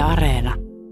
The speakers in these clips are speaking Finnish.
Areena.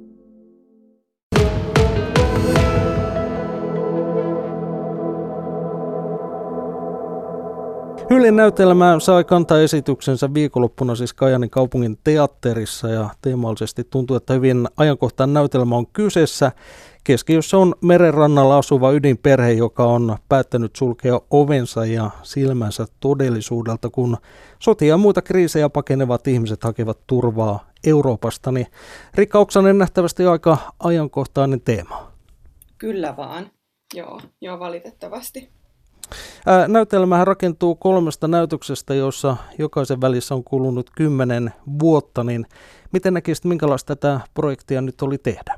Hyljen näytelmä sai kantaesityksensä viikonloppuna siis Kajaanin kaupungin teatterissa ja teemallisesti tuntuu, että hyvin ajankohtainen näytelmä on kyseessä. Keskiössä on merenrannalla asuva ydinperhe, joka on päättänyt sulkea ovensa ja silmänsä todellisuudelta, kun sotia ja muita kriisejä pakenevat ihmiset hakevat turvaa Euroopasta. Niin Riikka Oksanen, nähtävästi aika ajankohtainen teema. Kyllä vaan, joo valitettavasti. Näytelmähän rakentuu 3 näytöksestä, joissa jokaisen välissä on kulunut 10 vuotta. Niin miten näkisit, minkälaista tätä projektia nyt oli tehdä?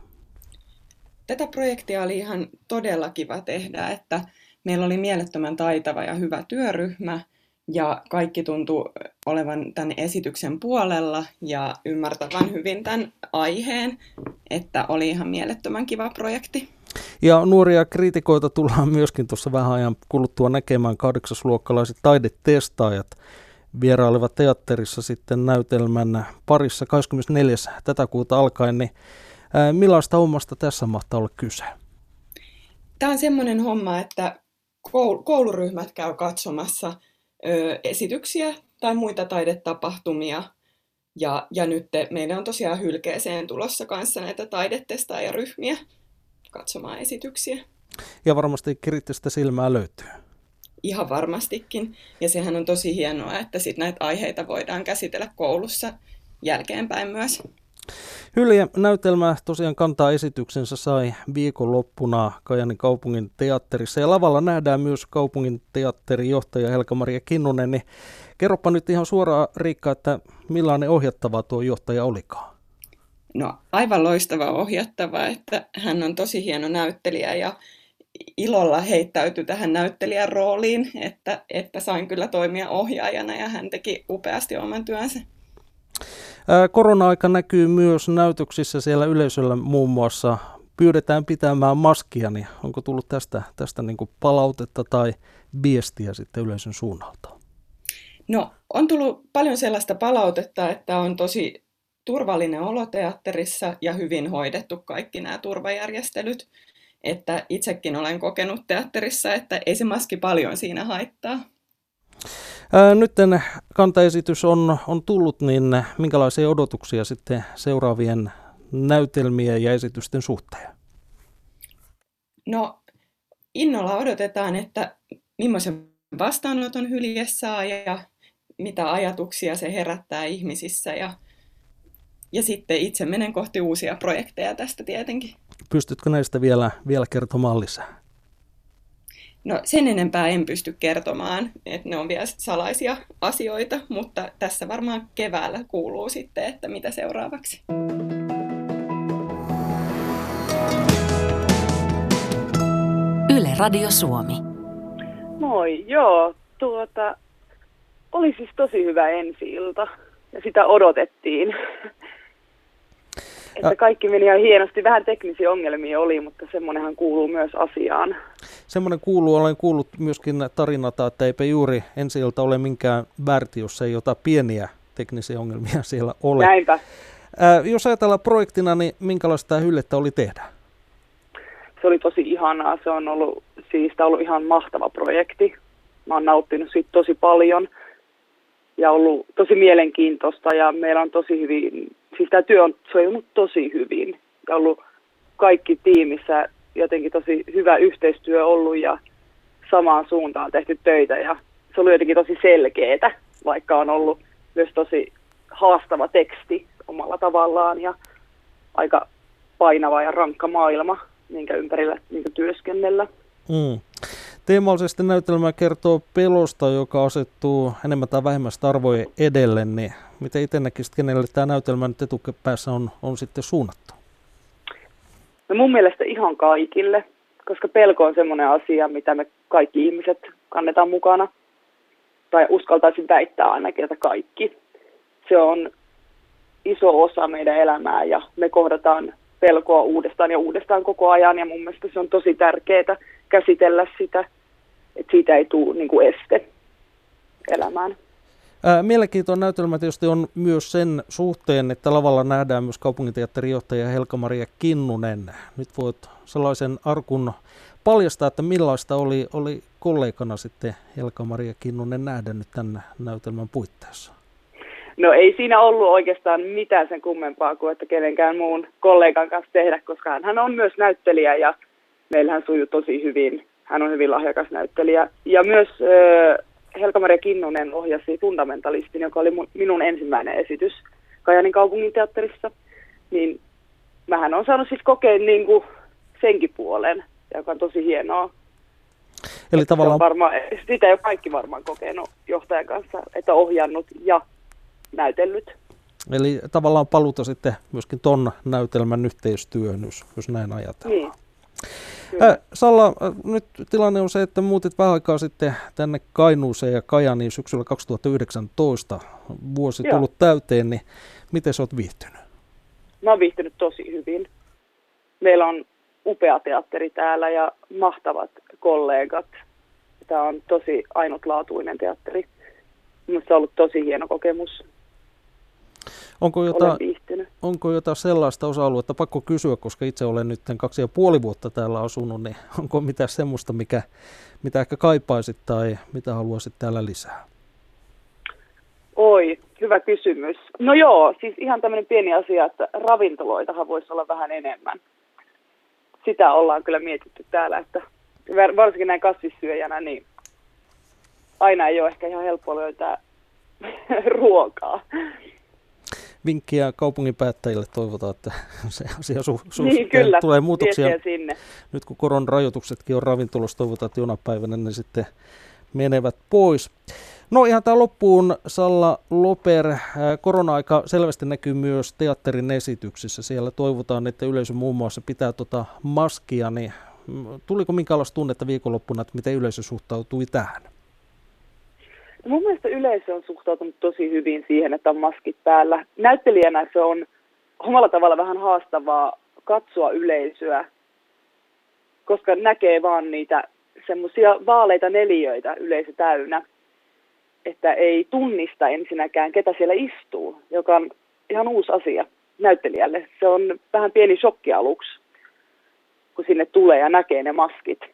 Tätä projektia oli ihan todella kiva tehdä, että meillä oli mielettömän taitava ja hyvä työryhmä ja kaikki tuntui olevan tämän esityksen puolella ja ymmärtävän hyvin tämän aiheen, että oli ihan mielettömän kiva projekti. Ja nuoria kriitikoita tullaan myöskin tuossa vähän ajan kuluttua näkemään. 8-luokkalaiset taidetestaajat vierailevat teatterissa sitten näytelmän parissa 24. tätä kuuta alkaen. Niin millaista hommasta tässä mahtaa olla kyse? Tämä on semmoinen homma, että kouluryhmät käy katsomassa esityksiä tai muita taidetapahtumia. Ja nyt meidän on tosiaan Hylkeeseen tulossa kanssa näitä taidetestaajaryhmiä katsomaan esityksiä. Ja varmasti kriittistä silmää löytyy. Ihan varmastikin. Ja sehän on tosi hienoa, että sit näitä aiheita voidaan käsitellä koulussa jälkeenpäin myös. Hylje näytelmä tosiaan kantaa esityksensä sai viikonloppuna Kajaanin kaupungin teatterissa. Ja lavalla nähdään myös kaupungin teatterin johtaja Helga-Maria Kinnunen. Niin kerropa nyt ihan suoraan, Riikka, että millainen ohjattava tuo johtaja olikaan? No aivan loistava ohjattava, että hän on tosi hieno näyttelijä ja ilolla heittäytyi tähän näyttelijän rooliin, että sain kyllä toimia ohjaajana ja hän teki upeasti oman työnsä. Korona-aika näkyy myös näytöksissä siellä yleisöllä muun muassa. Pyydetään pitämään maskia, niin onko tullut tästä niin kuin palautetta tai viestiä sitten yleisön suunnalta? No on tullut paljon sellaista palautetta, että on tosi turvallinen olo teatterissa ja hyvin hoidettu kaikki nämä turvajärjestelyt. Että itsekin olen kokenut teatterissa, että ei se maski paljon siinä haittaa. Nyt kantaesitys on tullut, niin minkälaisia odotuksia sitten seuraavien näytelmien ja esitysten suhteen? No innolla odotetaan, että millaisen vastaanoton Hylje saa ja mitä ajatuksia se herättää ihmisissä ja sitten itse menen kohti uusia projekteja tästä tietenkin. Pystytkö näistä vielä kertomaan lisää? No sen enempää en pysty kertomaan, että ne on vielä salaisia asioita, mutta tässä varmaan keväällä kuuluu sitten, että mitä seuraavaksi. Yle Radio Suomi. Moi, joo. Oli siis tosi hyvä ensi-ilta ja sitä odotettiin. Että kaikki meni ihan hienosti. Vähän teknisiä ongelmia oli, mutta semmoinenhan kuuluu myös asiaan. Semmoinen kuuluu, olen kuullut myöskin tarinata, että eipä juuri ensi-ilta ole minkään väärti, jos ei jotain pieniä teknisiä ongelmia siellä ole. Näinpä. Jos ajatellaan projektina, niin minkälaista Hyljettä oli tehdä? Se oli tosi ihanaa. Se on ollut ihan mahtava projekti. Mä oon nauttinut siitä tosi paljon ja ollut tosi mielenkiintoista ja meillä on tosi hyvin, siis tämä työ on sujunut tosi hyvin ja ollut kaikki tiimissä jotenkin tosi hyvä yhteistyö ollut ja samaan suuntaan tehty töitä ja se oli jotenkin tosi selkeätä, vaikka on ollut myös tosi haastava teksti omalla tavallaan ja aika painava ja rankka maailma, minkä ympärillä työskennellä. Teemallisesti näytelmä kertoo pelosta, joka asettuu enemmän tai vähemmän arvojen edelle. Niin miten itse näkisit, kenelle tämä näytelmä nyt etukepäässä on sitten suunnattu? No mun mielestä ihan kaikille, koska pelko on semmoinen asia, mitä me kaikki ihmiset kannetaan mukana. Tai uskaltaisin väittää ainakin, että kaikki. Se on iso osa meidän elämää ja me kohdataan pelkoa uudestaan ja uudestaan koko ajan. Ja mun mielestä se on tosi tärkeää käsitellä sitä, että siitä ei tule niin kuin este elämään. Mielenkiintoinen näytelmä tietysti on myös sen suhteen, että lavalla nähdään myös kaupunginteatterin johtaja Helka-Maria Kinnunen. Nyt voit sellaisen arkun paljastaa, että millaista oli kollegana sitten Helka-Maria Kinnunen nähdä nyt tämän näytelmän puitteissa? No ei siinä ollut oikeastaan mitään sen kummempaa kuin että kenenkään muun kollegan kanssa tehdä, koska hän on myös näyttelijä ja meillähän sujuu tosi hyvin. Hän on hyvin lahjakas näyttelijä. Ja myös Helka-Maria Kinnunen ohjasi Fundamentalistin, joka oli minun ensimmäinen esitys Kajaanin kaupunginteatterissa. Niin mähän on saanut siis kokea niin kuin senkin puolen, joka on tosi hienoa. Eli tavallaan sitä ei ole kaikki varmaan kokenut johtajan kanssa, että ohjannut ja näytellyt. Eli tavallaan paluuta sitten myöskin ton näytelmän yhteistyöhön, jos näin ajatellaan. Niin. Salla, nyt tilanne on se, että muutit vähän aikaa sitten tänne Kainuuseen ja Kajaaniin syksyllä 2019, vuosi tullut täyteen, niin miten sä oot viihtynyt? Mä oon viihtynyt tosi hyvin. Meillä on upea teatteri täällä ja mahtavat kollegat. Tämä on tosi ainutlaatuinen teatteri. Minusta se on ollut tosi hieno kokemus. Onko jotain sellaista osa-aluetta, pakko kysyä, koska itse olen nyt 2,5 vuotta täällä asunut, niin onko mitään semmoista, mitä ehkä kaipaisit tai mitä haluaisit täällä lisää? Oi, hyvä kysymys. No joo, siis ihan tämmöinen pieni asia, että ravintoloitahan voisi olla vähän enemmän. Sitä ollaan kyllä mietitty täällä, että varsinkin näin kasvissyöjänä, niin aina ei ole ehkä ihan helppo löytää ruokaa. Vinkkiä kaupunginpäättäjille, toivotaan, että se asia niin, kyllä. tulee muutoksia. Sinne. Nyt kun koron rajoituksetkin on ravintolossa, toivotaan, että jonapäivänä ne sitten menevät pois. No ihan tämä loppuun, Salla Loper, korona-aika selvästi näkyy myös teatterin esityksissä. Siellä toivotaan, että yleisö muun muassa pitää maskia, niin tuliko minkälaista tunnetta viikonloppuna, että miten yleisö suhtautui tähän? Mun mielestä yleisö on suhtautunut tosi hyvin siihen, että on maskit päällä. Näyttelijänä se on omalla tavalla vähän haastavaa katsoa yleisöä, koska näkee vaan niitä semmoisia vaaleita neliöitä yleisö täynnä, että ei tunnista ensinnäkään, ketä siellä istuu, joka on ihan uusi asia näyttelijälle. Se on vähän pieni shokki aluksi, kun sinne tulee ja näkee ne maskit.